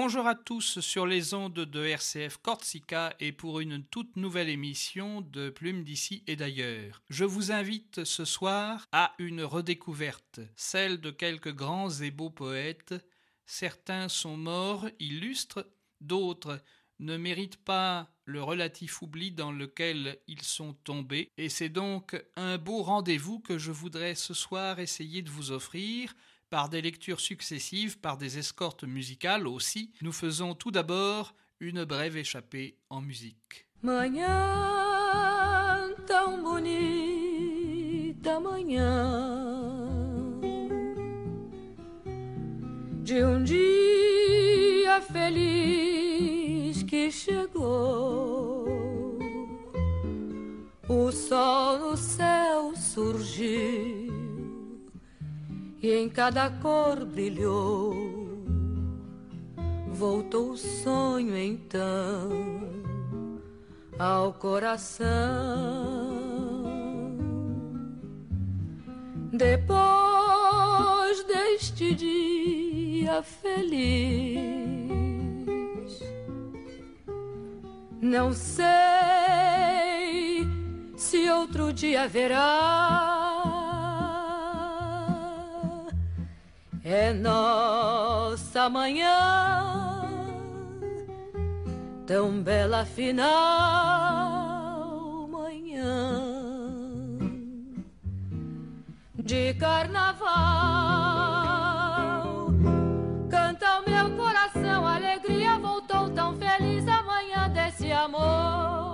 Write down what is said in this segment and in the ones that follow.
Bonjour à tous sur les ondes de RCF Corsica et pour une toute nouvelle émission de Plumes d'ici et d'ailleurs. Je vous invite ce soir à une redécouverte, celle de quelques grands et beaux poètes. Certains sont morts, illustres, d'autres ne méritent pas le relatif oubli dans lequel ils sont tombés. Et c'est donc un beau rendez-vous que je voudrais ce soir essayer de vous offrir, par des lectures successives, par des escortes musicales aussi. Nous faisons tout d'abord une brève échappée en musique. Manhã tão bonita, manhã de dia feliz que chegou. O sol no céu surgiu e em cada cor brilhou. Voltou o sonho então ao coração. Depois deste dia feliz, não sei se outro dia haverá. É nossa manhã tão bela afinal, manhã de carnaval. Canta o meu coração, a alegria voltou tão feliz, a manhã desse amor.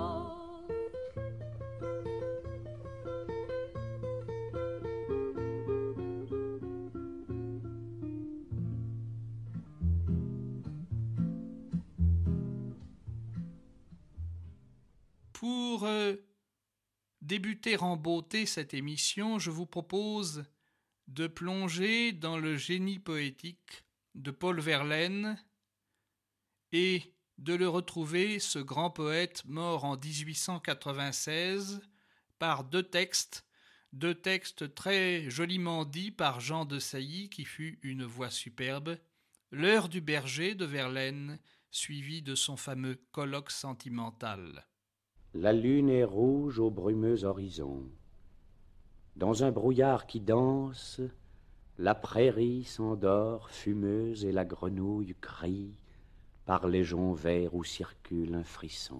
Pour débuter en beauté cette émission, je vous propose de plonger dans le génie poétique de Paul Verlaine et de le retrouver, ce grand poète mort en 1896, par deux textes très joliment dits par Jean de Sailly, qui fut une voix superbe, L'heure du berger de Verlaine, suivi de son fameux colloque sentimental. La lune est rouge au brumeux horizon. Dans un brouillard qui danse, la prairie s'endort fumeuse et la grenouille crie par les joncs verts où circule un frisson.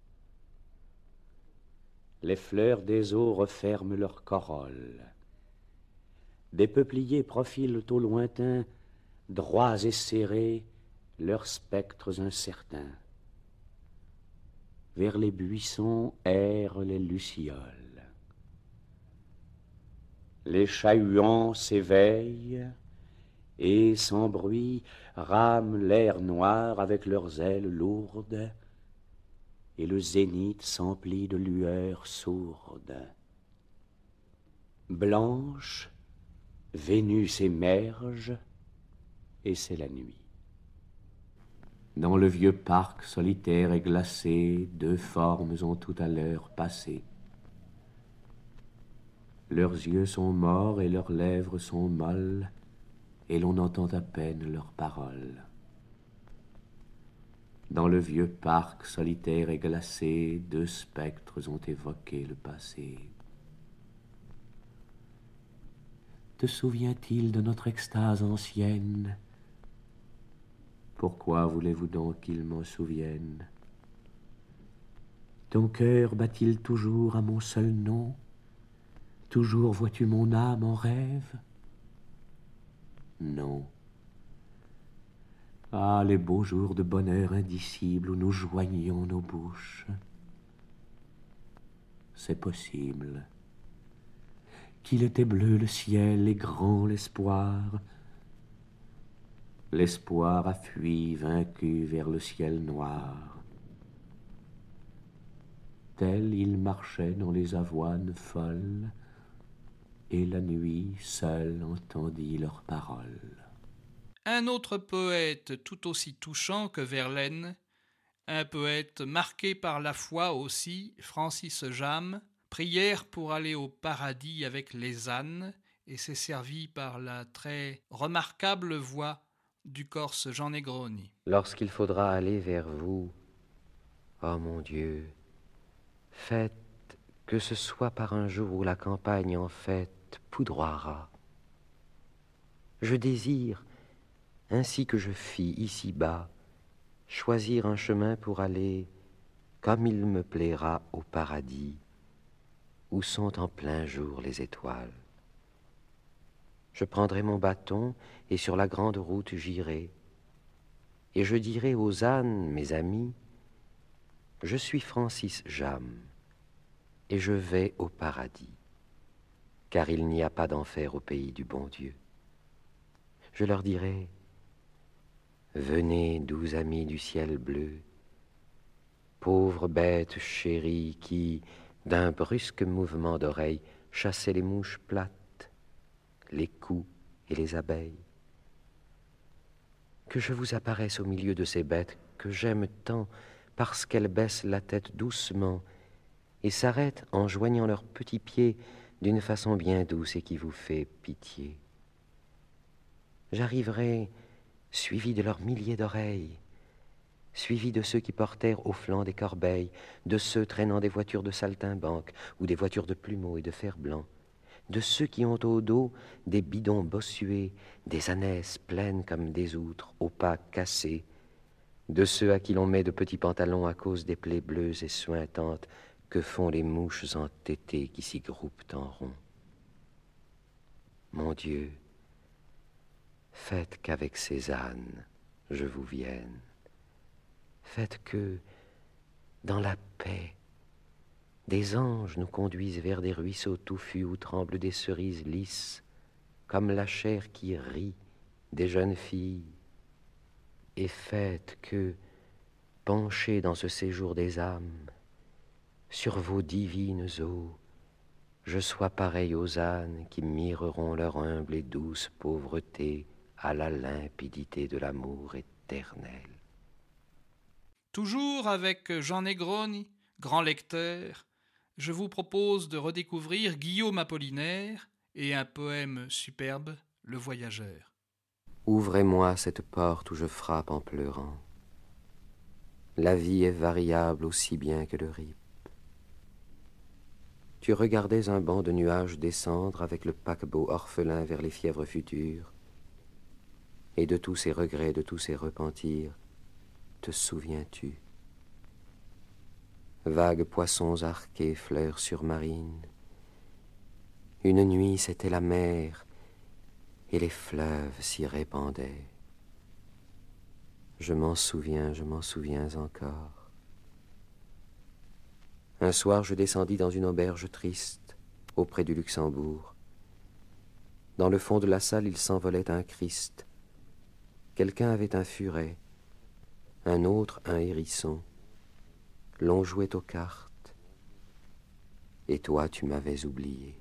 Les fleurs des eaux referment leurs corolles. Des peupliers profilent au lointain, droits et serrés, leurs spectres incertains. Vers les buissons errent les lucioles. Les chat-huants s'éveillent et, sans bruit, rament l'air noir avec leurs ailes lourdes, et le zénith s'emplit de lueurs sourdes. Blanche, Vénus émerge, et c'est la nuit. Dans le vieux parc solitaire et glacé, deux formes ont tout à l'heure passé. Leurs yeux sont morts et leurs lèvres sont molles, et l'on entend à peine leurs paroles. Dans le vieux parc solitaire et glacé, deux spectres ont évoqué le passé. Te souvient-il de notre extase ancienne ? Pourquoi voulez-vous donc qu'il m'en souvienne ? Ton cœur bat-il toujours à mon seul nom ? Toujours vois-tu mon âme en rêve ? Non. Ah, les beaux jours de bonheur indicible où nous joignions nos bouches. C'est possible. Qu'il était bleu le ciel et grand l'espoir. L'espoir a fui, vaincu vers le ciel noir. Tel il marchait dans les avoines folles, et la nuit seule entendit leurs paroles. Un autre poète tout aussi touchant que Verlaine, un poète marqué par la foi aussi, Francis Jammes, Prière pour aller au paradis avec les ânes, et c'est servi par la très remarquable voix du Corse Jean Negroni. Lorsqu'il faudra aller vers vous, ô mon Dieu, faites que ce soit par un jour où la campagne en fête poudroiera. Je désire, ainsi que je fis ici-bas, choisir un chemin pour aller, comme il me plaira, au paradis, où sont en plein jour les étoiles. Je prendrai mon bâton et sur la grande route j'irai, et je dirai aux ânes, mes amis, je suis Francis Jammes, et je vais au paradis, car il n'y a pas d'enfer au pays du bon Dieu. Je leur dirai, venez, doux amis du ciel bleu, pauvres bêtes chéries qui, d'un brusque mouvement d'oreille, chassaient les mouches plates, les coups et les abeilles. Que je vous apparaisse au milieu de ces bêtes que j'aime tant parce qu'elles baissent la tête doucement et s'arrêtent en joignant leurs petits pieds d'une façon bien douce et qui vous fait pitié. J'arriverai suivi de leurs milliers d'oreilles, suivi de ceux qui portèrent au flanc des corbeilles, de ceux traînant des voitures de saltimbanque ou des voitures de plumeaux et de fer-blanc, de ceux qui ont au dos des bidons bossués, des ânesses pleines comme des outres, aux pas cassés, de ceux à qui l'on met de petits pantalons à cause des plaies bleues et suintantes que font les mouches entêtées qui s'y groupent en rond. Mon Dieu, faites qu'avec ces ânes je vous vienne. Faites que, dans la paix, des anges nous conduisent vers des ruisseaux touffus où tremblent des cerises lisses, comme la chair qui rit des jeunes filles. Et faites que, penchés dans ce séjour des âmes, sur vos divines eaux, je sois pareil aux ânes qui mireront leur humble et douce pauvreté à la limpidité de l'amour éternel. Toujours avec Jean Negroni, grand lecteur, je vous propose de redécouvrir Guillaume Apollinaire et un poème superbe, Le Voyageur. Ouvrez-moi cette porte où je frappe en pleurant. La vie est variable aussi bien que le rip. Tu regardais un banc de nuages descendre avec le paquebot orphelin vers les fièvres futures, et de tous ces regrets, de tous ces repentirs, te souviens-tu? Vagues poissons arqués, fleurs surmarines, une nuit c'était la mer, et les fleuves s'y répandaient. Je m'en souviens encore. Un soir, je descendis dans une auberge triste, auprès du Luxembourg. Dans le fond de la salle, il s'envolait un Christ. Quelqu'un avait un furet, un autre un hérisson. L'on jouait aux cartes, et toi tu m'avais oublié.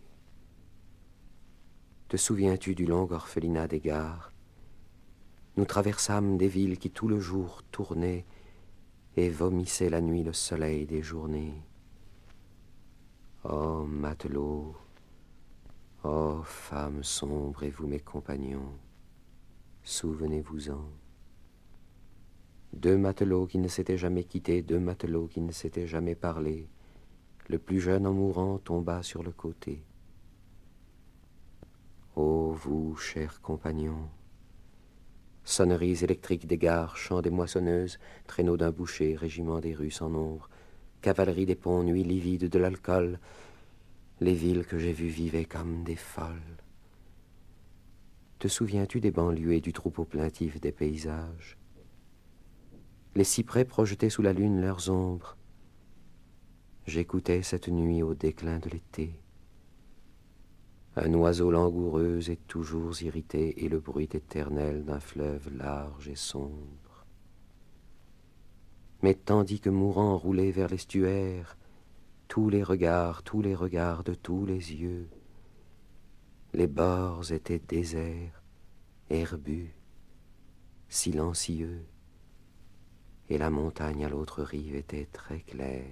Te souviens-tu du long orphelinat des gares? Nous traversâmes des villes qui tout le jour tournaient et vomissaient la nuit le soleil des journées. Ô matelots, ô femmes sombres et vous mes compagnons, souvenez-vous-en. Deux matelots qui ne s'étaient jamais quittés, deux matelots qui ne s'étaient jamais parlé. Le plus jeune en mourant tomba sur le côté. Ô vous, chers compagnons, sonneries électriques des gares, chants des moissonneuses, traîneaux d'un boucher, régiment des rues sans nombre, cavalerie des ponts, nuits livides de l'alcool, les villes que j'ai vues vivaient comme des folles. Te souviens-tu des banlieues et du troupeau plaintif des paysages? Les cyprès projetaient sous la lune leurs ombres. J'écoutais cette nuit au déclin de l'été. Un oiseau langoureux et toujours irrité et le bruit éternel d'un fleuve large et sombre. Mais tandis que mourant roulait vers l'estuaire, tous les regards de tous les yeux, les bords étaient déserts, herbus, silencieux, et la montagne à l'autre rive était très claire.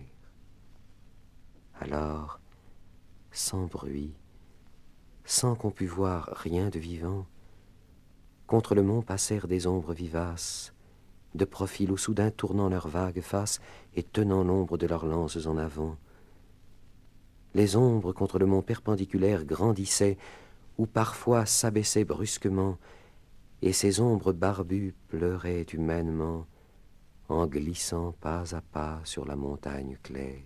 Alors, sans bruit, sans qu'on pût voir rien de vivant, Contre le mont passèrent des ombres vivaces, de profil ou soudain tournant leurs vagues faces et tenant l'ombre de leurs lances en avant. Les ombres contre le mont perpendiculaire grandissaient ou parfois s'abaissaient brusquement, et ces ombres barbues pleuraient humainement en glissant pas à pas sur la montagne claire.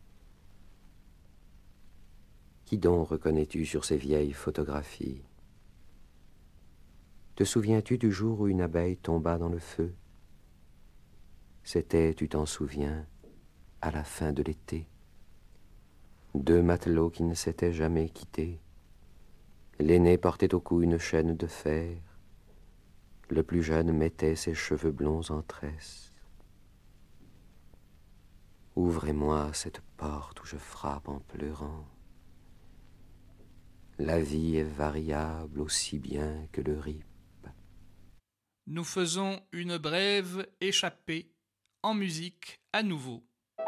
Qui donc reconnais-tu sur ces vieilles photographies? Te souviens-tu du jour où une abeille tomba dans le feu? C'était, tu t'en souviens, à la fin de l'été. Deux matelots qui ne s'étaient jamais quittés. L'aîné portait au cou une chaîne de fer. Le plus jeune mettait ses cheveux blonds en tresse. Ouvrez-moi cette porte où je frappe en pleurant. La vie est variable aussi bien que le rip. Nous faisons une brève échappée en musique à nouveau.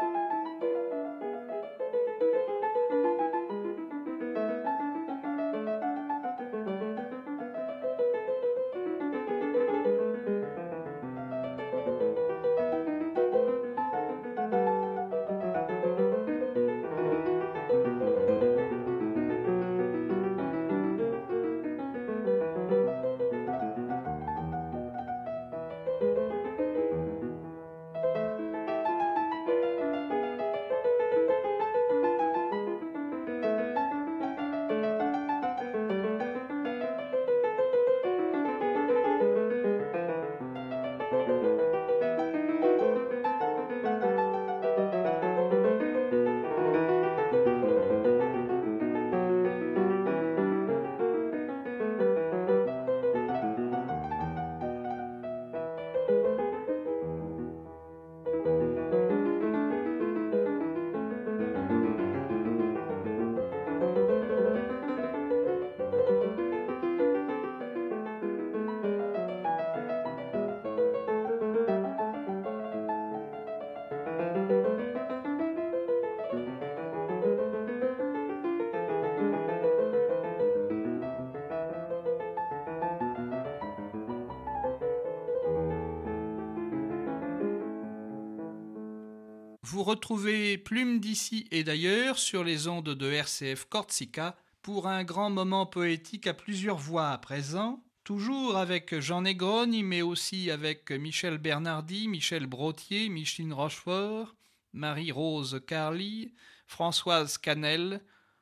Vous retrouvez Plume d'ici et d'ailleurs sur les ondes de RCF Corsica pour un grand moment poétique à plusieurs voix à présent, toujours avec Jean Negroni, mais aussi avec Michel Bernardi, Michel Brottier, Micheline Rochefort, Marie-Rose Carly, Françoise Canel,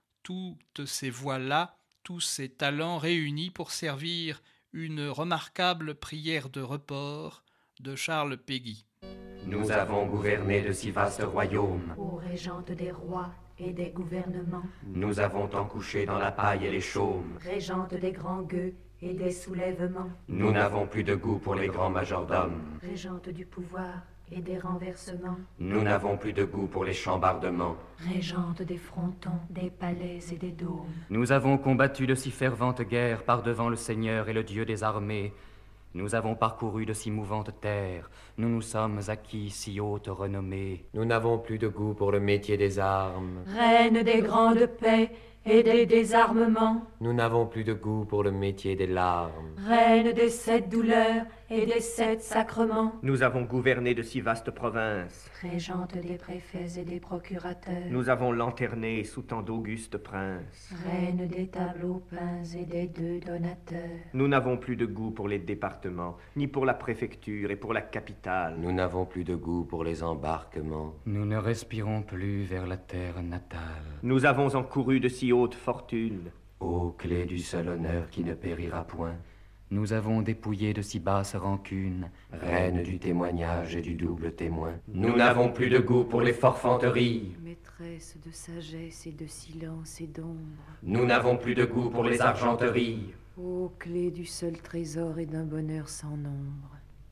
toutes ces voix-là, tous ces talents réunis pour servir une remarquable prière de report de Charles Péguy. Nous avons gouverné de si vastes royaumes. Ô régente des rois et des gouvernements, Nous avons tant couché dans la paille et les chaumes. régente des grands gueux et des soulèvements, Nous n'avons plus de goût pour les grands majordomes. régente du pouvoir et des renversements, Nous n'avons plus de goût pour les chambardements. régente des frontons, des palais et des dômes, Nous avons combattu de si ferventes guerres par devant le Seigneur et le Dieu des armées. Nous avons parcouru de si mouvantes terres. Nous nous sommes acquis si haute renommée. Nous n'avons plus de goût pour le métier des armes. reine des grandes paix et des désarmements, Nous n'avons plus de goût pour le métier des larmes. reine des 7 douleurs et des 7 sacrements, Nous avons gouverné de si vastes provinces. régente des préfets et des procurateurs, Nous avons lanterné sous tant d'augustes princes. reine des tableaux peints et des 2 donateurs, Nous n'avons plus de goût pour les départements, ni pour la préfecture et pour la capitale. Nous n'avons plus de goût pour les embarquements. Nous ne respirons plus vers la terre natale. Nous avons encouru de si hautes fortunes. Ô clé du seul honneur qui ne périra point, Nous avons dépouillé de si basses rancunes. reine du témoignage et du double témoin. Nous n'avons plus de goût pour les forfanteries. maîtresse de sagesse et de silence et d'ombre, Nous n'avons plus de goût pour les argenteries. ô clé du seul trésor et d'un bonheur sans nombre,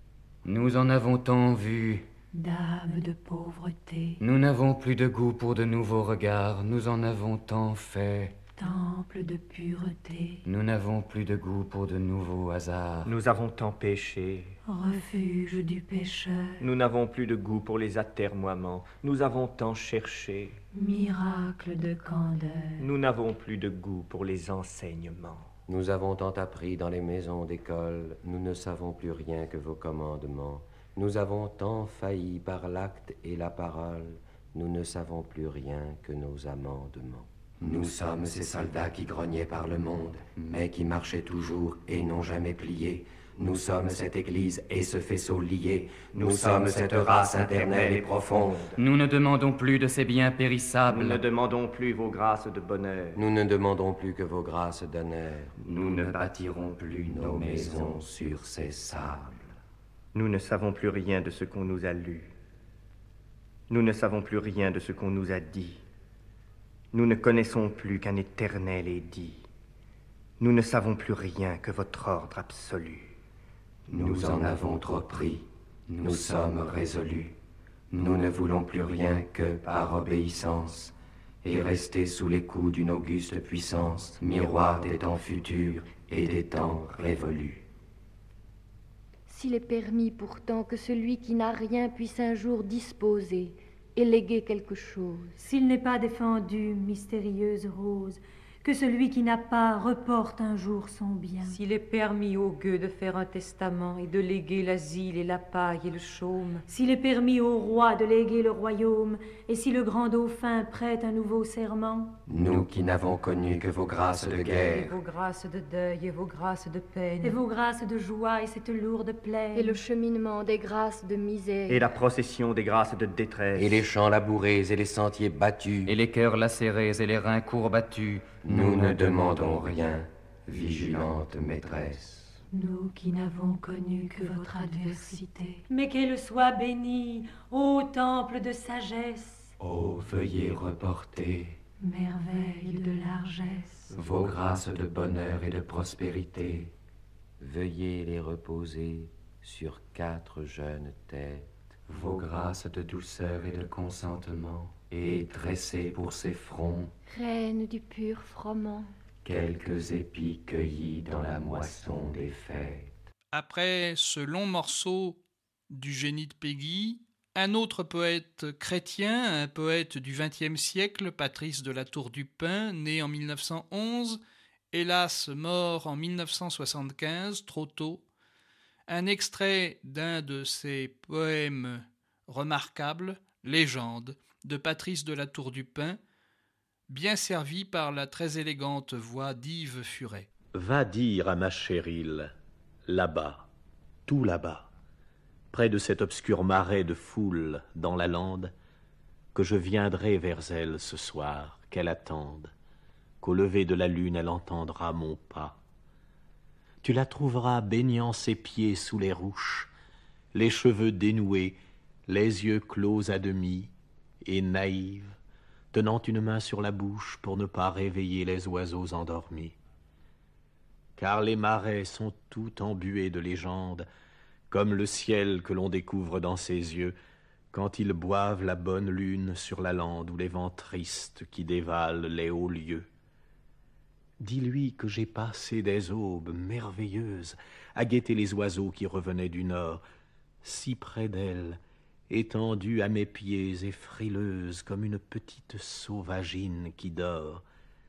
Nous en avons tant vu. dame de pauvreté, Nous n'avons plus de goût pour de nouveaux regards. Nous en avons tant fait. temple de pureté, Nous n'avons plus de goût pour de nouveaux hasards. Nous avons tant péché. refuge du pécheur, Nous n'avons plus de goût pour les atermoiements. Nous avons tant cherché. miracle de candeur, Nous n'avons plus de goût pour les enseignements. Nous avons tant appris dans les maisons d'école, nous ne savons plus rien que vos commandements. Nous avons tant failli par l'acte et la parole, nous ne savons plus rien que nos amendements. Nous sommes ces soldats qui grognaient par le monde, mais qui marchaient toujours et n'ont jamais plié. Nous sommes cette église et ce faisceau lié. Nous sommes cette race internelle et profonde. Nous ne demandons plus de ces biens périssables. Nous ne demandons plus vos grâces de bonheur. Nous ne demandons plus que vos grâces d'honneur. Nous ne bâtirons plus nos maisons sur ces sables. Nous ne savons plus rien de ce qu'on nous a lu. Nous ne savons plus rien de ce qu'on nous a dit. Nous ne connaissons plus qu'un éternel édit. Nous ne savons plus rien que votre ordre absolu. Nous en avons trop pris, nous sommes résolus. Nous ne voulons plus rien que par obéissance et rester sous les coups d'une auguste puissance, miroir des temps futurs et des temps révolus. S'il est permis pourtant que celui qui n'a rien puisse un jour disposer et léguer quelque chose. S'il n'est pas défendu, mystérieuse rose, que celui qui n'a pas reporte un jour son bien. S'il est permis aux gueux de faire un testament et de léguer l'asile et la paille et le chaume. S'il est permis au roi de léguer le royaume, et si le grand dauphin prête un nouveau serment. Nous qui n'avons connu que vos grâces de Et guerre, vos grâces de deuil et vos grâces de peine. Et vos grâces de joie et cette lourde plaine. Et le cheminement des grâces de misère. Et la procession des grâces de détresse. Et les champs labourés et les sentiers battus. Et les cœurs lacérés et les reins courbattus. nous ne demandons rien, vigilante maîtresse. Nous qui n'avons connu que votre adversité. Mais qu'elle soit bénie, ô temple de sagesse. Oh, veuillez reporter Merveille de largesse. vos grâces de bonheur et de prospérité. Veuillez les reposer sur 4 jeunes têtes. Vos grâces de douceur et de consentement, et dresser pour ces fronts Reine du pur froment. quelques épis cueillis dans la moisson des fêtes. Après ce long morceau du génie de Péguy, un autre poète chrétien, un poète du XXe siècle, Patrice de la Tour du Pin, né en 1911, hélas mort en 1975, trop tôt, un extrait d'un de ses poèmes remarquables, Légende, de Patrice de la Tour du Pin, bien servi par la très élégante voix d'Yves Furet. Va dire à ma chérile, là-bas, tout là-bas, près de cet obscur marais de foule dans la lande, que je viendrai vers elle ce soir, qu'elle attende, qu'au lever de la lune elle entendra mon pas. Tu la trouveras baignant ses pieds sous les rouches, les cheveux dénoués, les yeux clos à demi, et naïve, tenant une main sur la bouche pour ne pas réveiller les oiseaux endormis. Car les marais sont tout embués de légendes, comme le ciel que l'on découvre dans ses yeux, quand ils boivent la bonne lune sur la lande ou les vents tristes qui dévalent les hauts lieux. Dis-lui que j'ai passé des aubes merveilleuses à guetter les oiseaux qui revenaient du nord, si près d'elle, étendue à mes pieds et frileuse comme une petite sauvagine qui dort.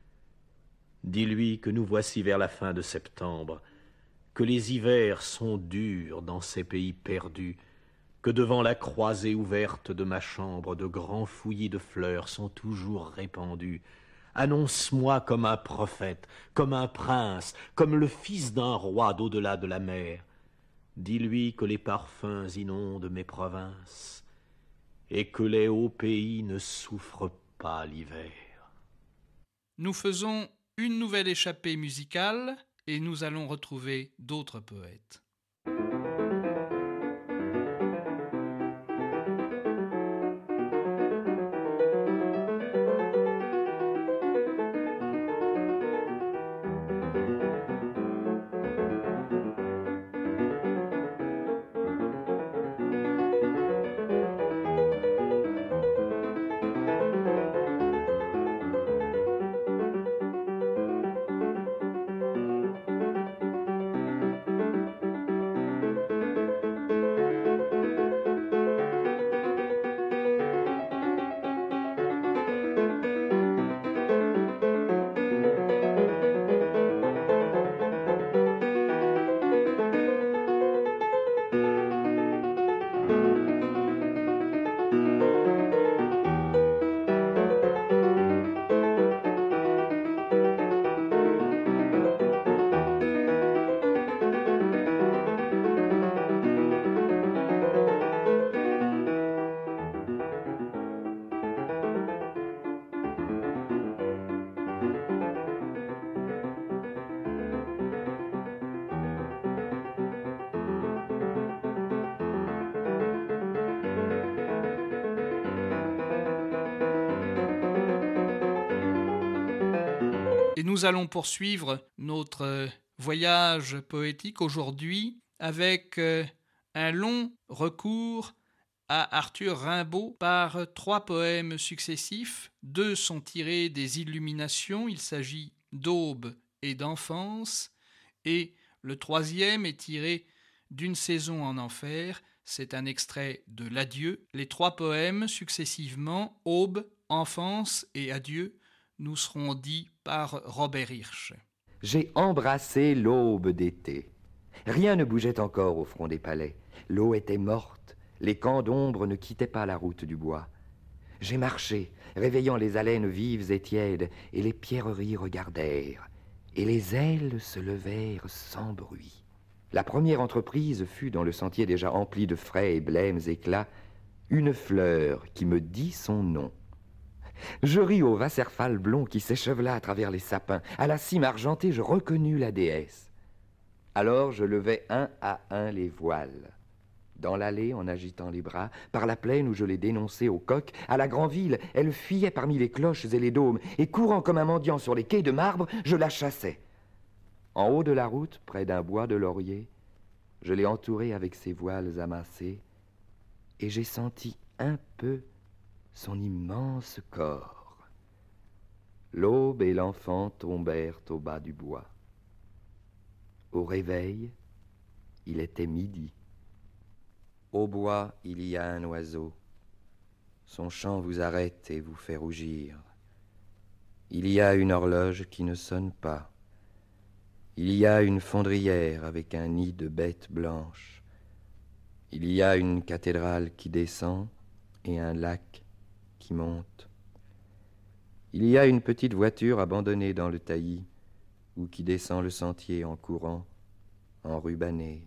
Dis-lui que nous voici vers la fin de septembre, que les hivers sont durs dans ces pays perdus, que devant la croisée ouverte de ma chambre de grands fouillis de fleurs sont toujours répandus. Annonce-moi comme un prophète, comme un prince, comme le fils d'un roi d'au-delà de la mer. Dis-lui que les parfums inondent mes provinces et que les hauts pays ne souffrent pas l'hiver. Nous faisons une nouvelle échappée musicale et nous allons retrouver d'autres poètes. Et nous allons poursuivre notre voyage poétique aujourd'hui avec un long recours à Arthur Rimbaud par 3 poèmes successifs. 2 sont tirés des Illuminations, il s'agit d'Aube et d'Enfance, et le 3e est tiré d'Une saison en enfer, c'est un extrait de l'Adieu. Les 3 poèmes successivement, Aube, Enfance et Adieu, nous seront dits par Robert Hirsch. J'ai embrassé l'aube d'été. Rien ne bougeait encore au front des palais. L'eau était morte, les camps d'ombre ne quittaient pas la route du bois. J'ai marché, réveillant les haleines vives et tièdes, et les pierreries regardèrent, et les ailes se levèrent sans bruit. La première entreprise fut, dans le sentier déjà empli de frais et blêmes éclats, une fleur qui me dit son nom. Je ris au Wasserfall blond qui s'échevela à travers les sapins. À la cime argentée, je reconnus la déesse. Alors je levai un à un les voiles. Dans l'allée, en agitant les bras, par la plaine où je les dénonçais au coq, à la Grand'Ville, elle fuyait parmi les cloches et les dômes, et courant comme un mendiant sur les quais de marbre, je la chassais. En haut de la route, près d'un bois de laurier, je l'ai entourée avec ses voiles amassées, et j'ai senti un peu son immense corps. L'aube et l'enfant tombèrent au bas du bois. Au réveil, il était midi. Au bois, il y a un oiseau. Son chant vous arrête et vous fait rougir. Il y a une horloge qui ne sonne pas. Il y a une fondrière avec un nid de bêtes blanches. Il y a une cathédrale qui descend et un lac qui monte. Il y a une petite voiture abandonnée dans le taillis ou qui descend le sentier en courant, enrubanné.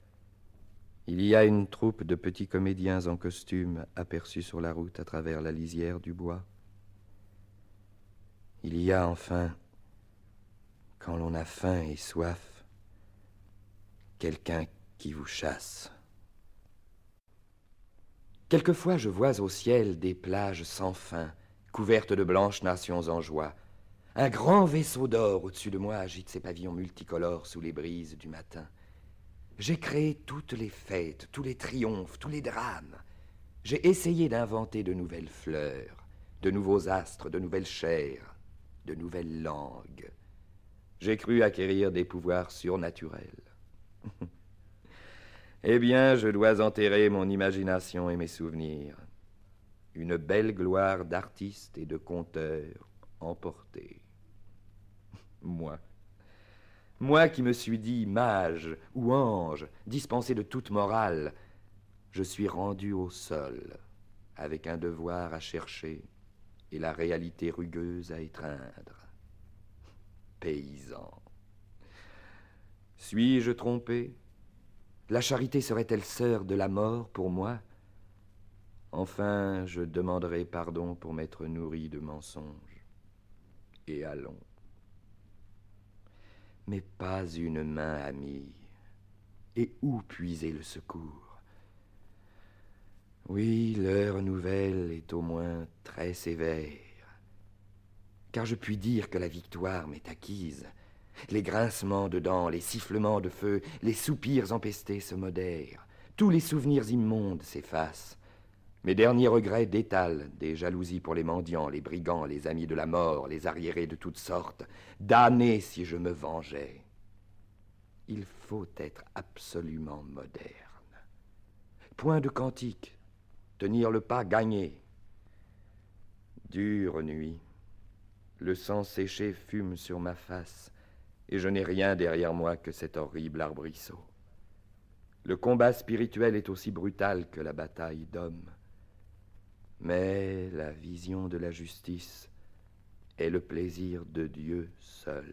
Il y a une troupe de petits comédiens en costume aperçus sur la route à travers la lisière du bois. Il y a enfin, quand l'on a faim et soif, quelqu'un qui vous chasse. Quelquefois je vois au ciel des plages sans fin, couvertes de blanches nations en joie. Un grand vaisseau d'or au-dessus de moi agite ses pavillons multicolores sous les brises du matin. J'ai créé toutes les fêtes, tous les triomphes, tous les drames. J'ai essayé d'inventer de nouvelles fleurs, de nouveaux astres, de nouvelles chairs, de nouvelles langues. J'ai cru acquérir des pouvoirs surnaturels. Eh bien, je dois enterrer mon imagination et mes souvenirs. Une belle gloire d'artiste et de conteur emportée. Moi qui me suis dit mage ou ange, dispensé de toute morale, je suis rendu au sol, avec un devoir à chercher et la réalité rugueuse à étreindre. Paysan. Suis-je trompé? La charité serait-elle sœur de la mort pour moi? Enfin, je demanderai pardon pour m'être nourri de mensonges. Et allons. Mais pas une main amie. Et où puiser le secours? Oui, l'heure nouvelle est au moins très sévère. Car je puis dire que la victoire m'est acquise. Les grincements de dents, les sifflements de feu, les soupirs empestés se modèrent. Tous les souvenirs immondes s'effacent. Mes derniers regrets détalent des jalousies pour les mendiants, les brigands, les amis de la mort, les arriérés de toutes sortes. Damné si je me vengeais. Il faut être absolument moderne. Point de cantique, tenir le pas gagné. Dure nuit. Le sang séché fume sur ma face, et je n'ai rien derrière moi que cet horrible arbrisseau. Le combat spirituel est aussi brutal que la bataille d'hommes. Mais la vision de la justice est le plaisir de Dieu seul.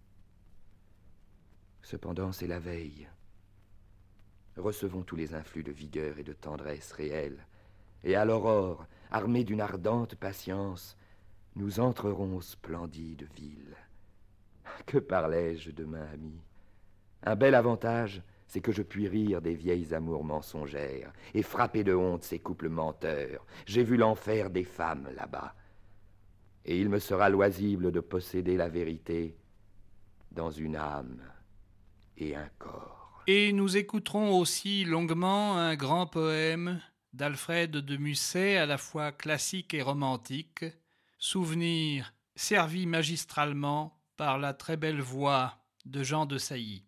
Cependant, c'est la veille. Recevons tous les influx de vigueur et de tendresse réelle, et à l'aurore, armés d'une ardente patience, nous entrerons aux splendides villes. Que parlais-je demain, ami? Un bel avantage, c'est que je puis rire des vieilles amours mensongères et frapper de honte ces couples menteurs. J'ai vu l'enfer des femmes là-bas. et il me sera loisible de posséder la vérité dans une âme et un corps. Et nous écouterons aussi longuement un grand poème d'Alfred de Musset, à la fois classique et romantique, Souvenir servi magistralement par la très belle voix de Jean de Sailly.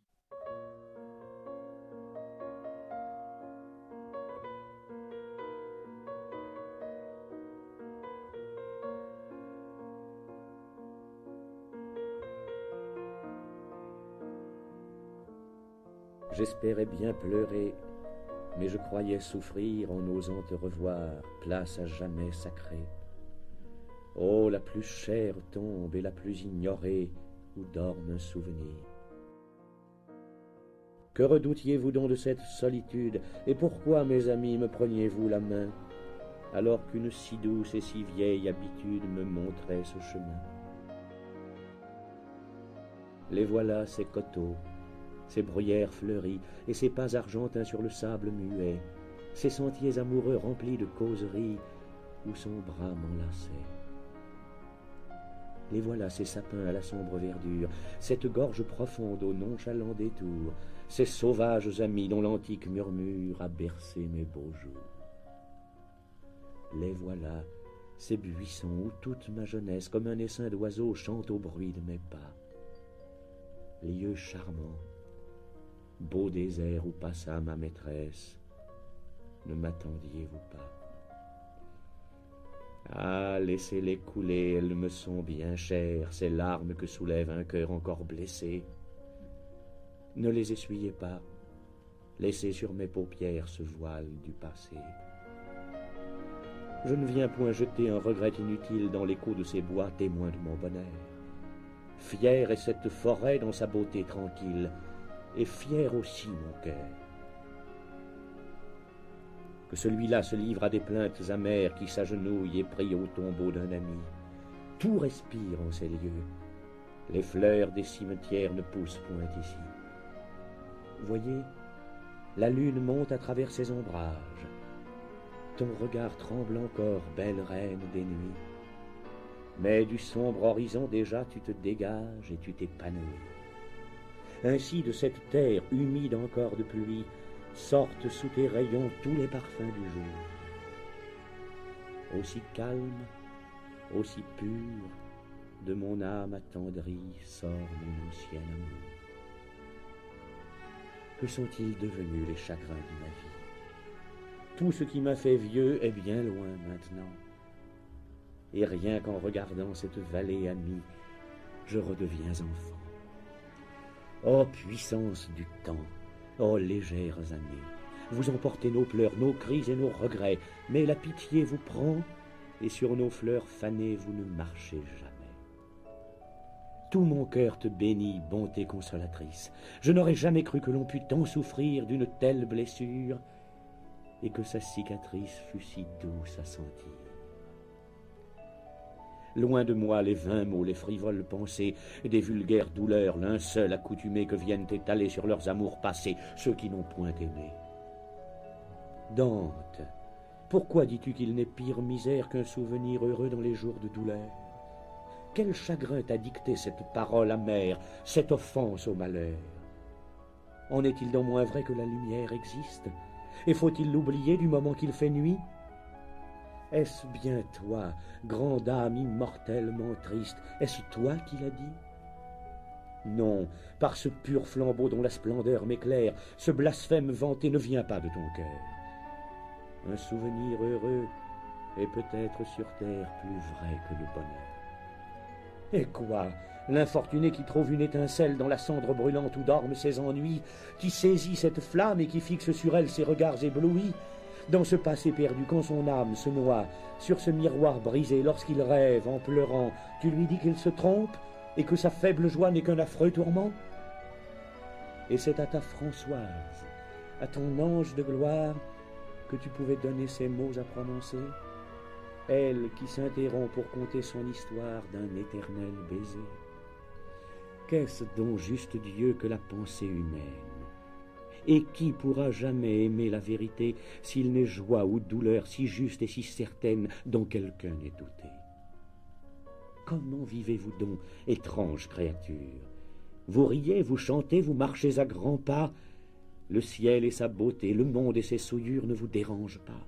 J'espérais bien pleurer, mais je croyais souffrir en n'osant te revoir, place à jamais sacrée. Oh, la plus chère tombe et la plus ignorée, où dorme un souvenir. Que redoutiez-vous donc de cette solitude, et pourquoi, mes amis, me preniez-vous la main, alors qu'une si douce et si vieille habitude me montrait ce chemin? Les voilà, ces coteaux, ces bruyères fleuries, et ces pas argentins sur le sable muet, ces sentiers amoureux remplis de causeries, où son bras m'enlaçait. Les voilà, ces sapins à la sombre verdure, cette gorge profonde au nonchalant détour, ces sauvages amis dont l'antique murmure a bercé mes beaux jours. Les voilà, ces buissons où toute ma jeunesse, comme un essaim d'oiseaux, chante au bruit de mes pas. Lieux charmants, beau désert où passa ma maîtresse, ne m'attendiez-vous pas? Ah, laissez-les couler, elles me sont bien chères, ces larmes que soulève un cœur encore blessé. Ne les essuyez pas, laissez sur mes paupières ce voile du passé. Je ne viens point jeter un regret inutile dans l'écho de ces bois témoins de mon bonheur. Fière est cette forêt dans sa beauté tranquille, et fier aussi mon cœur. Que celui-là se livre à des plaintes amères, qui s'agenouille et prie au tombeau d'un ami. Tout respire en ces lieux. Les fleurs des cimetières ne poussent point ici. Voyez, la lune monte à travers ces ombrages. Ton regard tremble encore, belle reine des nuits. Mais du sombre horizon déjà tu te dégages et tu t'épanouis. Ainsi de cette terre humide encore de pluie sortent sous tes rayons tous les parfums du jour. Aussi calme, aussi pur, de mon âme attendrie sort mon ancien amour. Que sont-ils devenus les chagrins de ma vie? Tout ce qui m'a fait vieux est bien loin maintenant. Et rien qu'en regardant cette vallée amie, je redeviens enfant. Ô puissance du temps, ô légères années, vous emportez nos pleurs, nos cris et nos regrets, mais la pitié vous prend, et sur nos fleurs fanées vous ne marchez jamais. Tout mon cœur te bénit, bonté consolatrice. Je n'aurais jamais cru que l'on pût tant souffrir d'une telle blessure, et que sa cicatrice fût si douce à sentir. Loin de moi les vains mots, les frivoles pensées, des vulgaires douleurs, linceul accoutumés que viennent étaler sur leurs amours passés, ceux qui n'ont point aimé. Dante, pourquoi dis-tu qu'il n'est pire misère qu'un souvenir heureux dans les jours de douleur? Quel chagrin t'a dicté cette parole amère, cette offense au malheur? En est-il donc moins vrai que la lumière existe? Et faut-il l'oublier du moment qu'il fait nuit? Est-ce bien toi, grande âme immortellement triste, est-ce toi qui l'as dit? Non, par ce pur flambeau dont la splendeur m'éclaire, ce blasphème vanté ne vient pas de ton cœur. Un souvenir heureux est peut-être sur terre plus vrai que le bonheur. Et quoi? L'infortuné qui trouve une étincelle dans la cendre brûlante où dorment ses ennuis, qui saisit cette flamme et qui fixe sur elle ses regards éblouis, dans ce passé perdu, quand son âme se noie sur ce miroir brisé, lorsqu'il rêve en pleurant, tu lui dis qu'il se trompe et que sa faible joie n'est qu'un affreux tourment? Et c'est à ta Françoise, à ton ange de gloire, que tu pouvais donner ces mots à prononcer? Elle qui s'interrompt pour conter son histoire d'un éternel baiser. Qu'est-ce donc juste Dieu que la pensée humaine? Et qui pourra jamais aimer la vérité s'il n'est joie ou douleur si juste et si certaine dont quelqu'un n'ait douté? comment vivez-vous donc, étrange créature? Vous riez, vous chantez, vous marchez à grands pas. Le ciel et sa beauté, le monde et ses souillures ne vous dérangent pas.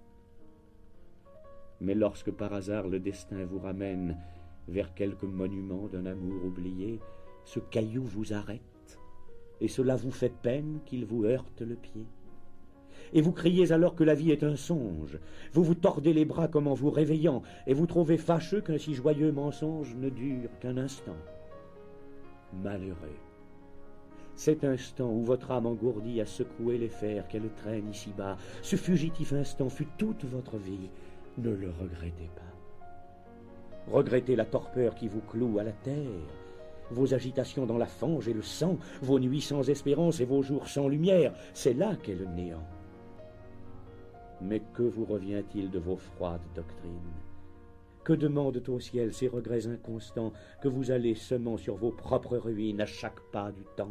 Mais lorsque par hasard le destin vous ramène vers quelque monument d'un amour oublié, ce caillou vous arrête, et cela vous fait peine qu'il vous heurte le pied. Et vous criez alors que la vie est un songe, vous vous tordez les bras comme en vous réveillant, et vous trouvez fâcheux qu'un si joyeux mensonge ne dure qu'un instant. Malheureux, cet instant où votre âme engourdie a secoué les fers qu'elle traîne ici-bas, ce fugitif instant fut toute votre vie, ne le regrettez pas. Regrettez la torpeur qui vous cloue à la terre, vos agitations dans la fange et le sang, vos nuits sans espérance et vos jours sans lumière, c'est là qu'est le néant. Mais que vous revient-il de vos froides doctrines? Que demandent au ciel ces regrets inconstants que vous allez semant sur vos propres ruines à chaque pas du temps?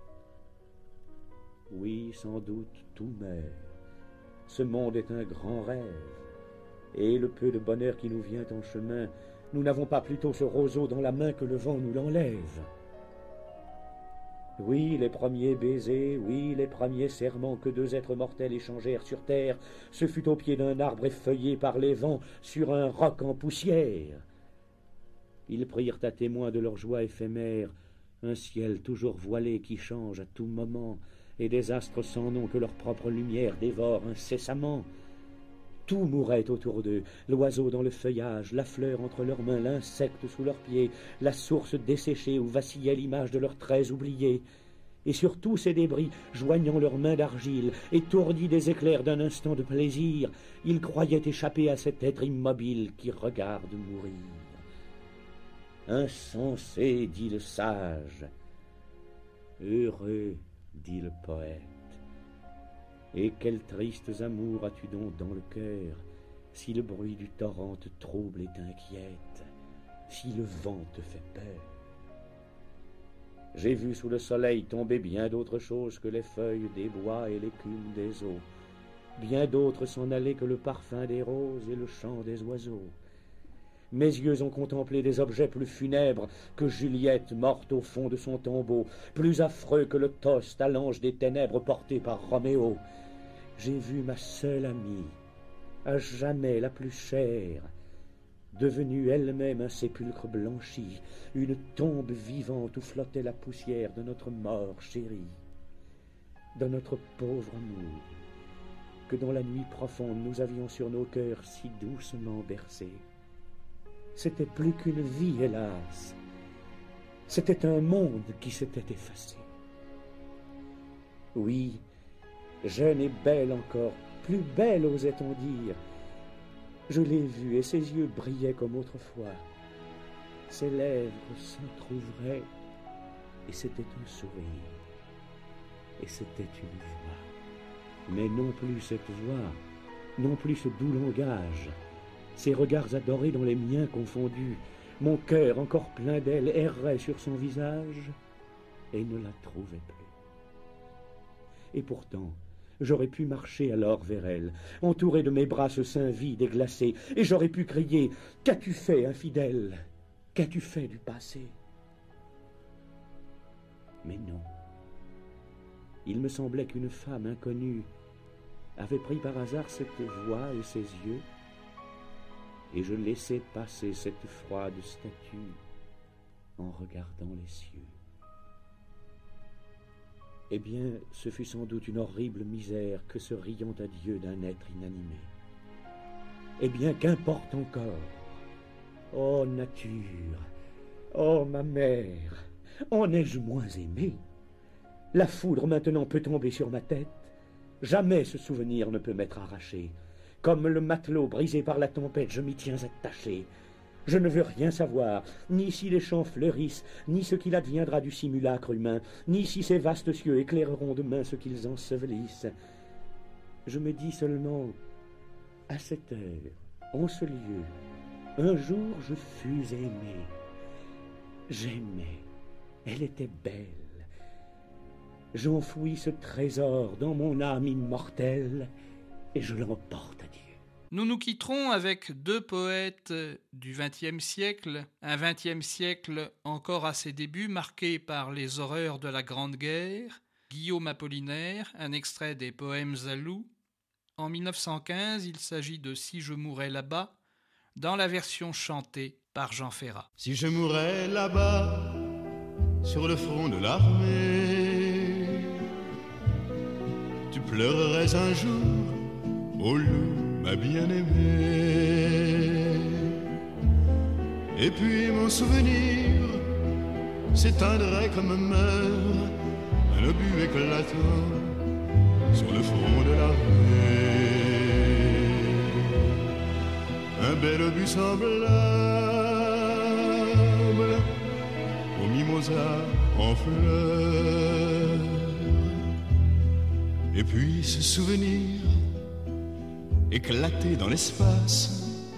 Oui, sans doute, tout meurt. Ce monde est un grand rêve, et le peu de bonheur qui nous vient en chemin, nous n'avons pas plutôt ce roseau dans la main que le vent nous l'enlève. Oui, les premiers baisers, oui, les premiers serments que deux êtres mortels échangèrent sur terre, ce fut au pied d'un arbre effeuillé par les vents, sur un roc en poussière. Ils prirent à témoin de leur joie éphémère un ciel toujours voilé qui change à tout moment, et des astres sans nom que leur propre lumière dévore incessamment. Tout mourait autour d'eux, l'oiseau dans le feuillage, la fleur entre leurs mains, l'insecte sous leurs pieds, la source desséchée où vacillait l'image de leurs traits oubliés. Et sur tous ces débris, joignant leurs mains d'argile, étourdis des éclairs d'un instant de plaisir, ils croyaient échapper à cet être immobile qui regarde mourir. Insensé, dit le sage. Heureux, dit le poète. Et quels tristes amours as-tu donc dans le cœur, si le bruit du torrent te trouble et t'inquiète, si le vent te fait peur? J'ai vu sous le soleil tomber bien d'autres choses que les feuilles des bois et l'écume des eaux, bien d'autres s'en aller que le parfum des roses et le chant des oiseaux. Mes yeux ont contemplé des objets plus funèbres que Juliette morte au fond de son tombeau, plus affreux que le toast à l'ange des ténèbres porté par Roméo. J'ai vu ma seule amie, à jamais la plus chère, devenue elle-même un sépulcre blanchi, une tombe vivante où flottait la poussière de notre mort chérie, de notre pauvre amour, que dans la nuit profonde nous avions sur nos cœurs si doucement bercés. C'était plus qu'une vie, hélas. C'était un monde qui s'était effacé. Oui, jeune et belle encore, plus belle osait-on dire. Je l'ai vue et ses yeux brillaient comme autrefois. Ses lèvres s'entr'ouvraient et c'était un sourire. Et c'était une voix. Mais non plus cette voix, non plus ce doux langage. Ses regards adorés dans les miens confondus, mon cœur encore plein d'elle errait sur son visage et ne la trouvait plus. Et pourtant, j'aurais pu marcher alors vers elle, entouré de mes bras ce sein vide et glacé, et j'aurais pu crier « Qu'as-tu fait, infidèle? Qu'as-tu fait du passé ?» Mais non. Il me semblait qu'une femme inconnue avait pris par hasard cette voix et ses yeux, et je laissai passer cette froide statue en regardant les cieux. Eh bien, ce fut sans doute une horrible misère que ce riant adieu d'un être inanimé. Eh bien, qu'importe encore. Ô nature, ô ma mère, en ai-je moins aimé? La foudre maintenant peut tomber sur ma tête. Jamais ce souvenir ne peut m'être arraché. Comme le matelot brisé par la tempête, je m'y tiens attaché. Je ne veux rien savoir, ni si les champs fleurissent, ni ce qu'il adviendra du simulacre humain, ni si ces vastes cieux éclaireront demain ce qu'ils ensevelissent. Je me dis seulement, à cette heure, en ce lieu, un jour je fus aimé. J'aimais, elle était belle. J'enfouis ce trésor dans mon âme immortelle, et je l'emporte à Dieu. Nous nous quitterons avec deux poètes du XXe siècle, un XXe siècle encore à ses débuts, marqué par les horreurs de la Grande Guerre. Guillaume Apollinaire, un extrait des Poèmes à loup. En 1915, il s'agit de « Si je mourais là-bas », dans la version chantée par Jean Ferrat. Si je mourais là-bas, sur le front de l'armée, tu pleurerais un jour, ô loup, ma bien-aimée. Et puis mon souvenir s'éteindrait comme meurt un obus éclatant sur le front de l'armée. Un bel obus semblable au mimosa en fleurs. Et puis ce souvenir éclaté dans l'espace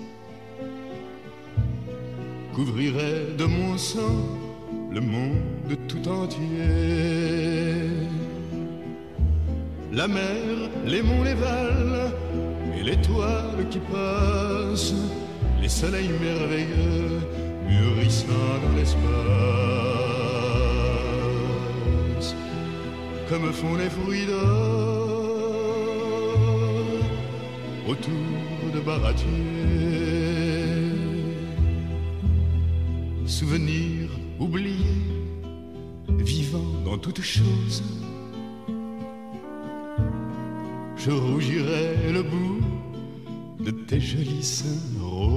couvrirait de mon sang le monde tout entier. La mer, les monts, les vals et l'étoile qui passe, les soleils merveilleux mûrissant dans l'espace, comme font les fruits d'or autour de baratiers. Souvenirs oubliés, vivant dans toutes choses, je rougirai le bout de tes jolis seins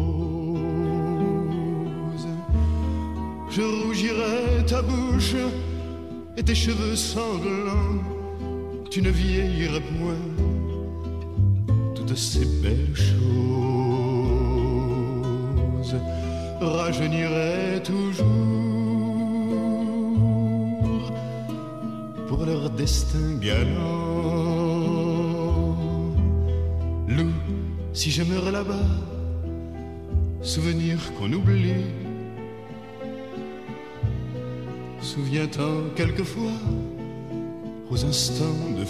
roses. Je rougirai ta bouche et tes cheveux sanglants. Tu ne vieillirais point, toutes ces belles choses rajeuniraient toujours pour leur destin galant. Loup, si je meurs là-bas, souvenir qu'on oublie, souviens-t'en quelquefois aux instants de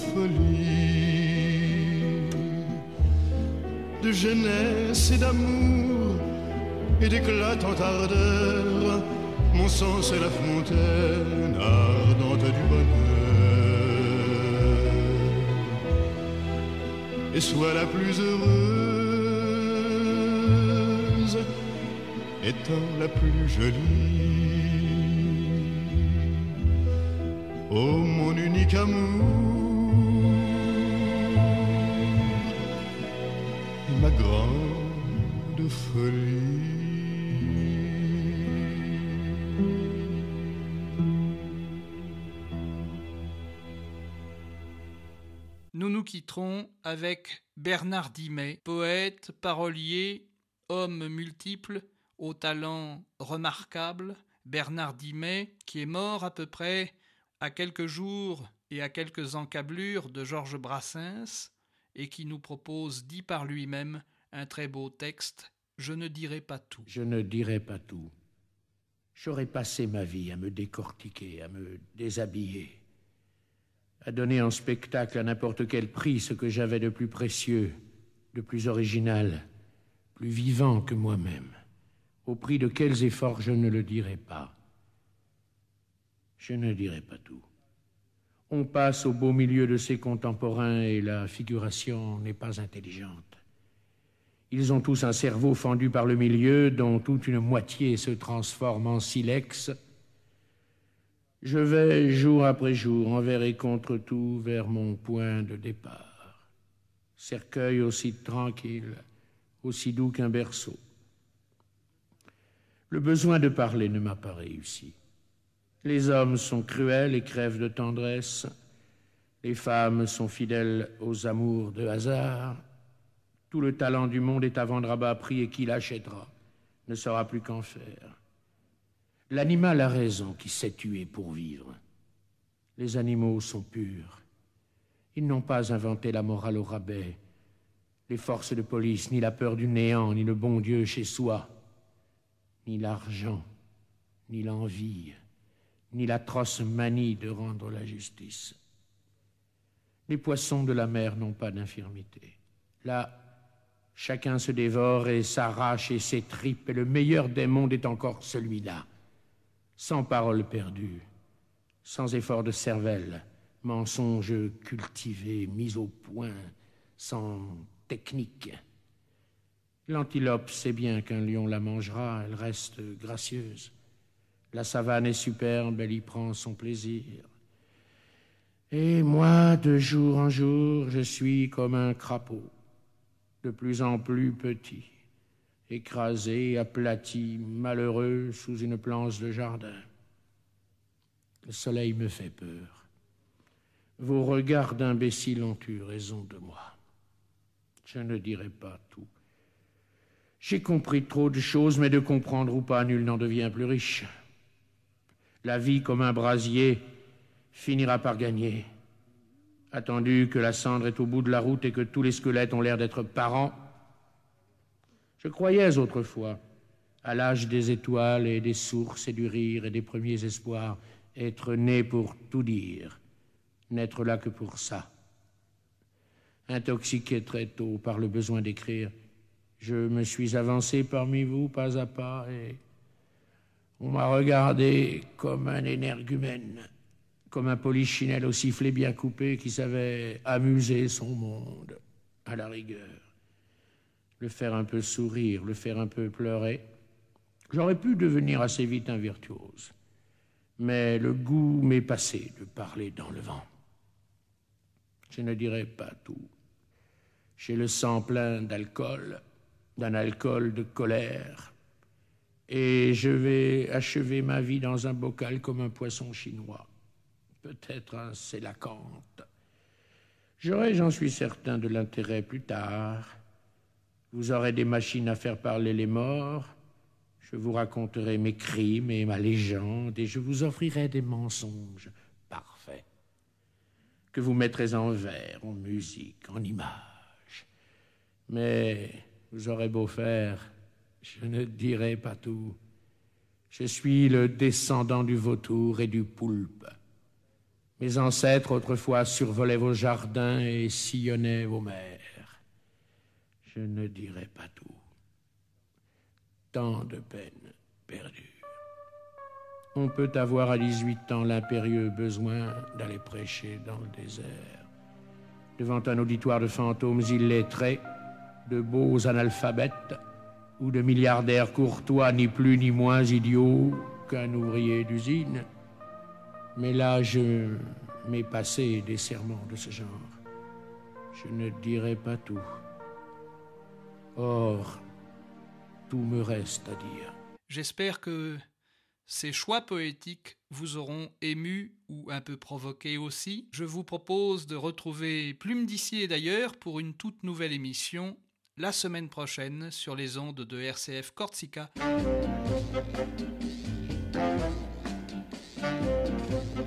folie, de jeunesse et d'amour et d'éclatante ardeur. Mon sang c'est la fontaine ardente du bonheur. Et sois la plus heureuse, étant la plus jolie. Oh mon unique amour et ma grande folie. Nous nous quitterons avec Bernard Dimet, poète, parolier, homme multiple, au talent remarquable. Bernard Dimet, qui est mort à peu près à quelques jours et à quelques encablures de Georges Brassens, et qui nous propose, dit par lui-même, un très beau texte, « Je ne dirai pas tout ». Je ne dirai pas tout. J'aurais passé ma vie à me décortiquer, à me déshabiller, à donner en spectacle à n'importe quel prix ce que j'avais de plus précieux, de plus original, plus vivant que moi-même. Au prix de quels efforts je ne le dirai pas. Je ne dirai pas tout. On passe au beau milieu de ses contemporains et la figuration n'est pas intelligente. Ils ont tous un cerveau fendu par le milieu dont toute une moitié se transforme en silex. Je vais, jour après jour, envers et contre tout, vers mon point de départ. Cercueil aussi tranquille, aussi doux qu'un berceau. Le besoin de parler ne m'a pas réussi. Les hommes sont cruels et crèvent de tendresse. Les femmes sont fidèles aux amours de hasard. Tout le talent du monde est à vendre à bas prix et qui l'achètera ne saura plus qu'en faire. L'animal a raison qui sait tuer pour vivre. Les animaux sont purs. Ils n'ont pas inventé la morale au rabais, les forces de police, ni la peur du néant, ni le bon Dieu chez soi, ni l'argent, ni l'envie, ni l'atroce manie de rendre la justice. Les poissons de la mer n'ont pas d'infirmité. Là, Chacun se dévore et s'arrache et s'étripe, et le meilleur des mondes est encore celui-là. Sans parole perdue, sans effort de cervelle, mensonge cultivé, mis au point, sans technique. L'antilope sait bien qu'un lion la mangera, elle reste gracieuse. La savane est superbe, elle y prend son plaisir. Et moi, de jour en jour, je suis comme un crapaud, de plus en plus petit, écrasé, aplati, malheureux sous une planche de jardin. Le soleil me fait peur. Vos regards d'imbécile ont eu raison de moi. Je ne dirai pas tout. J'ai compris trop de choses, mais de comprendre ou pas, nul n'en devient plus riche. La vie, comme un brasier, finira par gagner. Attendu que la cendre est au bout de la route et que tous les squelettes ont l'air d'être parents. Je croyais autrefois, à l'âge des étoiles et des sources et du rire et des premiers espoirs, être né pour tout dire, n'être là que pour ça. Intoxiqué très tôt par le besoin d'écrire, je me suis avancé parmi vous pas à pas et on m'a regardé comme un énergumène, comme un polichinelle au sifflet bien coupé qui savait amuser son monde, à la rigueur. Le faire un peu sourire, le faire un peu pleurer. J'aurais pu devenir assez vite un virtuose. Mais le goût m'est passé de parler dans le vent. Je ne dirai pas tout. J'ai le sang plein d'alcool, d'un alcool de colère, et je vais achever ma vie dans un bocal comme un poisson chinois. Peut-être un sélacanthe. J'aurai, j'en suis certain, de l'intérêt plus tard. Vous aurez des machines à faire parler les morts. Je vous raconterai mes crimes et ma légende, et je vous offrirai des mensonges parfaits, que vous mettrez en vers, en musique, en images. Mais vous aurez beau faire, je ne dirai pas tout. Je suis le descendant du vautour et du poulpe. Mes ancêtres autrefois survolaient vos jardins et sillonnaient vos mers. Je ne dirai pas tout. Tant de peines perdues. On peut avoir à 18 ans l'impérieux besoin d'aller prêcher dans le désert, devant un auditoire de fantômes illettrés, de beaux analphabètes ou de milliardaires courtois ni plus ni moins idiots qu'un ouvrier d'usine. Mais là, je m'ai passé des sermons de ce genre. Je ne dirai pas tout. Or, tout me reste à dire. J'espère que ces choix poétiques vous auront ému ou un peu provoqué aussi. Je vous propose de retrouver Plume d'ici et d'ailleurs pour une toute nouvelle émission la semaine prochaine sur les ondes de RCF Corsica.